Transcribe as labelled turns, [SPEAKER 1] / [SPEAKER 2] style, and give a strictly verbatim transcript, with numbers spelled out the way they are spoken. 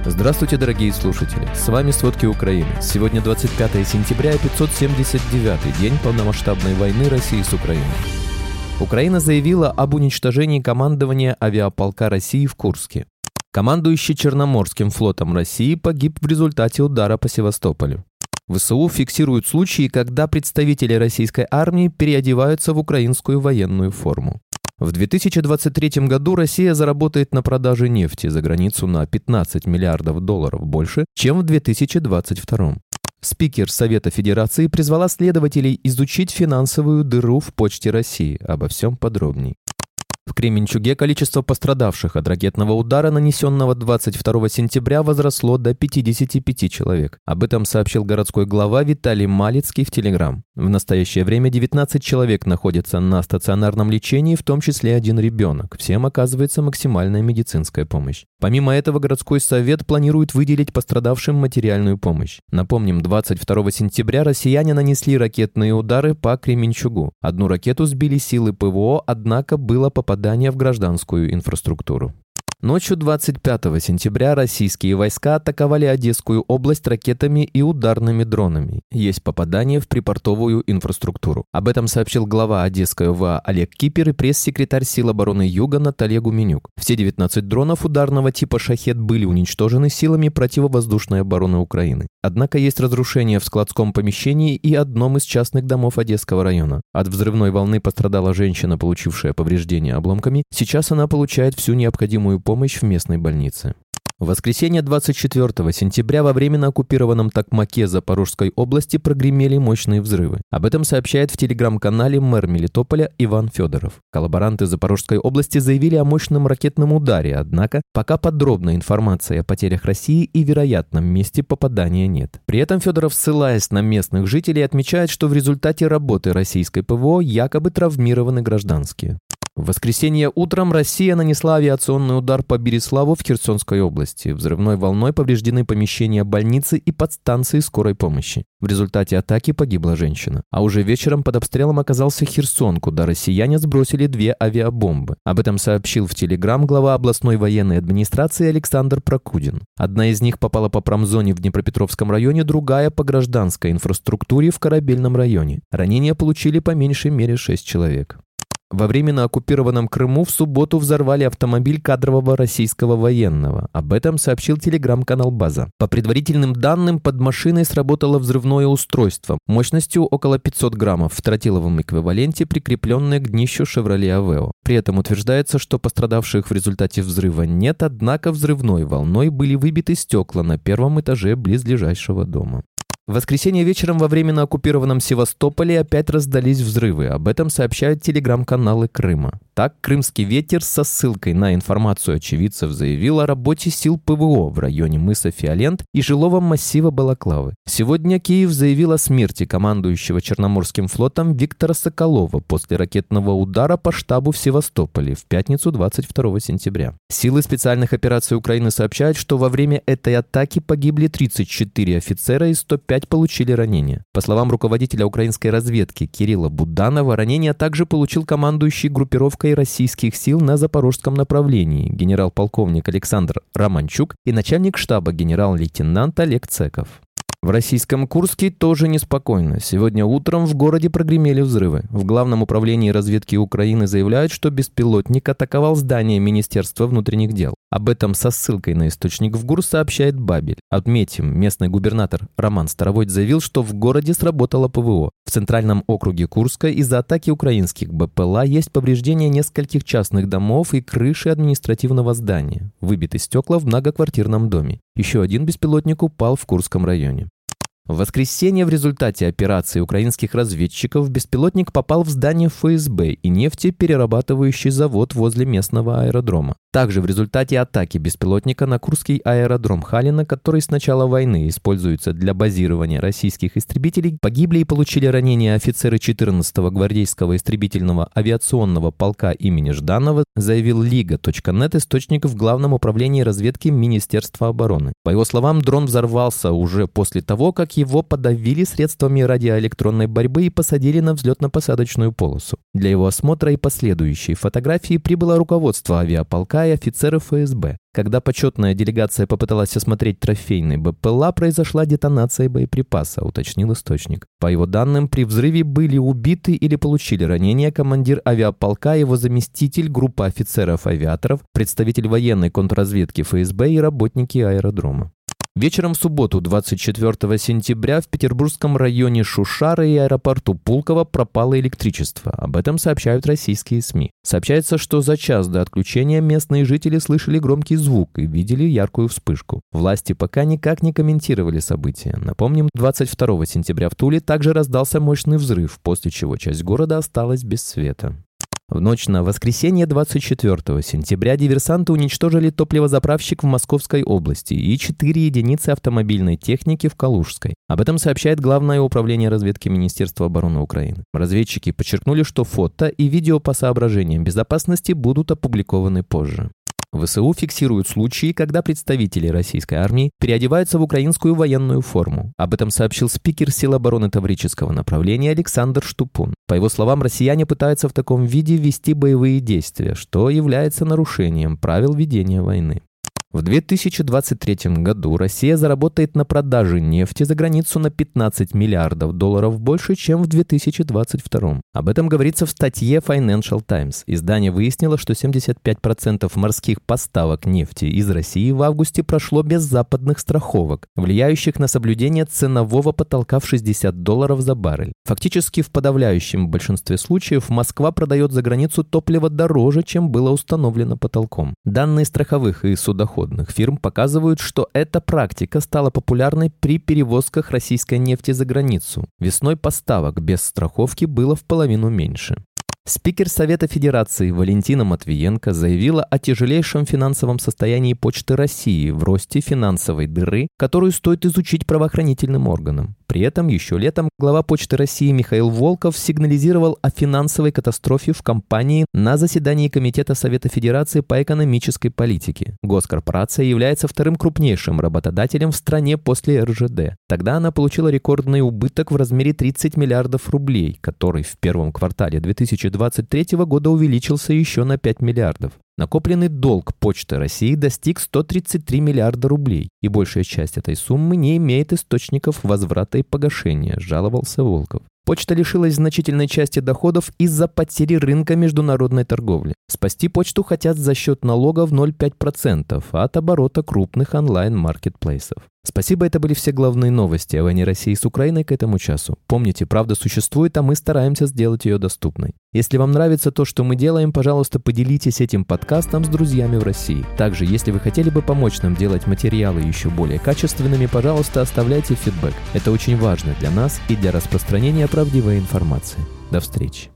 [SPEAKER 1] Здравствуйте, дорогие слушатели! С вами «Сводки Украины». Сегодня двадцать пятое сентября, пятьсот семьдесят девятый день полномасштабной войны России с Украиной. Украина заявила об уничтожении командования авиаполка России в Курске. Командующий Черноморским флотом России погиб в результате удара по Севастополю. ВСУ фиксируют случаи, когда представители российской армии переодеваются в украинскую военную форму. В две тысячи двадцать третьем году Россия заработает на продаже нефти за границу на пятнадцать миллиардов долларов больше, чем в две тысячи двадцать втором. Спикер Совета Федерации призвала следователей изучить финансовую дыру в Почте России. Обо всем подробней. В Кременчуге количество пострадавших от ракетного удара, нанесенного двадцать второго сентября, возросло до пятидесяти пяти человек. Об этом сообщил городской глава Виталий Малицкий в Телеграм. В настоящее время девятнадцать человек находятся на стационарном лечении, в том числе один ребенок. Всем оказывается максимальная медицинская помощь. Помимо этого, городской совет планирует выделить пострадавшим материальную помощь. Напомним, двадцать второго сентября россияне нанесли ракетные удары по Кременчугу. Одну ракету сбили силы ПВО, однако было попадание в гражданскую инфраструктуру. Ночью двадцать пятого сентября российские войска атаковали Одесскую область ракетами и ударными дронами. Есть попадание в припортовую инфраструктуру. Об этом сообщил глава Одесской ОВА Олег Кипер и пресс-секретарь сил обороны Юга Наталья Гуменюк. Все девятнадцать дронов ударного типа «Шахед» были уничтожены силами противовоздушной обороны Украины. Однако есть разрушения в складском помещении и одном из частных домов Одесского района. От взрывной волны пострадала женщина, получившая повреждения обломками. Сейчас она получает всю необходимую помощь в местной больнице. В воскресенье двадцать четвёртого сентября во временно оккупированном Токмаке Запорожской области прогремели мощные взрывы. Об этом сообщает в телеграм-канале мэр Мелитополя Иван Федоров. Коллаборанты Запорожской области заявили о мощном ракетном ударе, однако пока подробной информации о потерях России и вероятном месте попадания нет. При этом Федоров, ссылаясь на местных жителей, отмечает, что в результате работы российской ПВО якобы травмированы гражданские. В воскресенье утром Россия нанесла авиационный удар по Бериславу в Херсонской области. Взрывной волной повреждены помещения больницы и подстанции скорой помощи. В результате атаки погибла женщина. А уже вечером под обстрелом оказался Херсон, куда россияне сбросили две авиабомбы. Об этом сообщил в Телеграм глава областной военной администрации Александр Прокудин. Одна из них попала по промзоне в Днепропетровском районе, другая по гражданской инфраструктуре в Корабельном районе. Ранения получили по меньшей мере шесть человек. Во временно оккупированном Крыму в субботу взорвали автомобиль кадрового российского военного. Об этом сообщил телеграм-канал «База». По предварительным данным, под машиной сработало взрывное устройство мощностью около пятьсот граммов в тротиловом эквиваленте, прикрепленное к днищу «Шевроле Авео». При этом утверждается, что пострадавших в результате взрыва нет, однако взрывной волной были выбиты стекла на первом этаже близлежащего дома. В воскресенье вечером во временно оккупированном Севастополе опять раздались взрывы. Об этом сообщают телеграм-каналы Крыма. Так, «Крымский ветер» со ссылкой на информацию очевидцев заявил о работе сил ПВО в районе мыса Фиолент и жилого массива Балаклавы. Сегодня Киев заявил о смерти командующего Черноморским флотом Виктора Соколова после ракетного удара по штабу в Севастополе в пятницу двадцать второго сентября. Силы специальных операций Украины сообщают, что во время этой атаки погибли тридцать четыре офицера и сто пять получили ранения. По словам руководителя украинской разведки Кирилла Буданова, ранения также получил командующий группировкой российских сил на запорожском направлении генерал-полковник Александр Романчук и начальник штаба генерал-лейтенант Олег Цеков. В российском Курске тоже неспокойно. Сегодня утром в городе прогремели взрывы. В Главном управлении разведки Украины заявляют, что беспилотник атаковал здание Министерства внутренних дел. Об этом со ссылкой на источник в ГУР сообщает Бабель. Отметим, местный губернатор Роман Старовойт заявил, что в городе сработало ПВО. В центральном округе Курска из-за атаки украинских БПЛА есть повреждения нескольких частных домов и крыши административного здания. Выбиты стекла в многоквартирном доме. Еще один беспилотник упал в Курском районе. В воскресенье в результате операции украинских разведчиков беспилотник попал в здание эф эс бэ и нефтеперерабатывающий завод возле местного аэродрома. Также в результате атаки беспилотника на Курский аэродром Халина, который с начала войны используется для базирования российских истребителей, погибли и получили ранения офицеры четырнадцатого гвардейского истребительного авиационного полка имени Жданова, заявил лига точка нет, источник в Главном управлении разведки Министерства обороны. По его словам, дрон взорвался уже после того, как его подавили средствами радиоэлектронной борьбы и посадили на взлетно-посадочную полосу. Для его осмотра и последующей фотографии прибыло руководство авиаполка и офицеры эф эс бэ. Когда почетная делегация попыталась осмотреть трофейный бэ пэ эл а, произошла детонация боеприпаса, уточнил источник. По его данным, при взрыве были убиты или получили ранения командир авиаполка, его заместитель, группа офицеров-авиаторов, представитель военной контрразведки эф эс бэ и работники аэродрома. Вечером в субботу, двадцать четвёртого сентября, в петербургском районе Шушары и аэропорту Пулково пропало электричество. Об этом сообщают российские СМИ. Сообщается, что за час до отключения местные жители слышали громкий звук и видели яркую вспышку. Власти пока никак не комментировали события. Напомним, двадцать второго сентября в Туле также раздался мощный взрыв, после чего часть города осталась без света. В ночь на воскресенье двадцать четвёртого сентября диверсанты уничтожили топливозаправщик в Московской области и четыре единицы автомобильной техники в Калужской. Об этом сообщает Главное управление разведки Министерства обороны Украины. Разведчики подчеркнули, что фото и видео по соображениям безопасности будут опубликованы позже. вэ эс у фиксируют случаи, когда представители российской армии переодеваются в украинскую военную форму. Об этом сообщил спикер сил обороны Таврического направления Александр Штупун. По его словам, россияне пытаются в таком виде вести боевые действия, что является нарушением правил ведения войны. В две тысячи двадцать третьем году Россия заработает на продаже нефти за границу на пятнадцать миллиардов долларов больше, чем в две тысячи двадцать втором. Об этом говорится в статье Financial Times. Издание выяснило, что семьдесят пять процентов морских поставок нефти из России в августе прошло без западных страховок, влияющих на соблюдение ценового потолка в шестьдесят долларов за баррель. Фактически, в подавляющем большинстве случаев Москва продает за границу топливо дороже, чем было установлено потолком. Данные страховых и судоходных фирм показывают, что эта практика стала популярной при перевозках российской нефти за границу. Весной поставок без страховки было в половину меньше. Спикер Совета Федерации Валентина Матвиенко заявила о тяжелейшем финансовом состоянии Почты России в росте финансовой дыры, которую стоит изучить правоохранительным органам. При этом еще летом глава Почты России Михаил Волков сигнализировал о финансовой катастрофе в компании на заседании Комитета Совета Федерации по экономической политике. Госкорпорация является вторым крупнейшим работодателем в стране после эр жэ дэ. Тогда она получила рекордный убыток в размере тридцать миллиардов рублей, который в первом квартале две тысячи двадцать третьего года увеличился еще на пять миллиардов. Накопленный долг Почты России достиг сто тридцать три миллиарда рублей, и большая часть этой суммы не имеет источников возврата и погашения, жаловался Волков. Почта лишилась значительной части доходов из-за потери рынка международной торговли. Спасти почту хотят за счет налога в ноль целых пять десятых процента от оборота крупных онлайн-маркетплейсов. Спасибо, это были все главные новости о войне России с Украиной к этому часу. Помните, правда существует, а мы стараемся сделать ее доступной. Если вам нравится то, что мы делаем, пожалуйста, поделитесь этим подкастом с друзьями в России. Также, если вы хотели бы помочь нам делать материалы еще более качественными, пожалуйста, оставляйте фидбэк. Это очень важно для нас и для распространения правдивой информации. До встречи.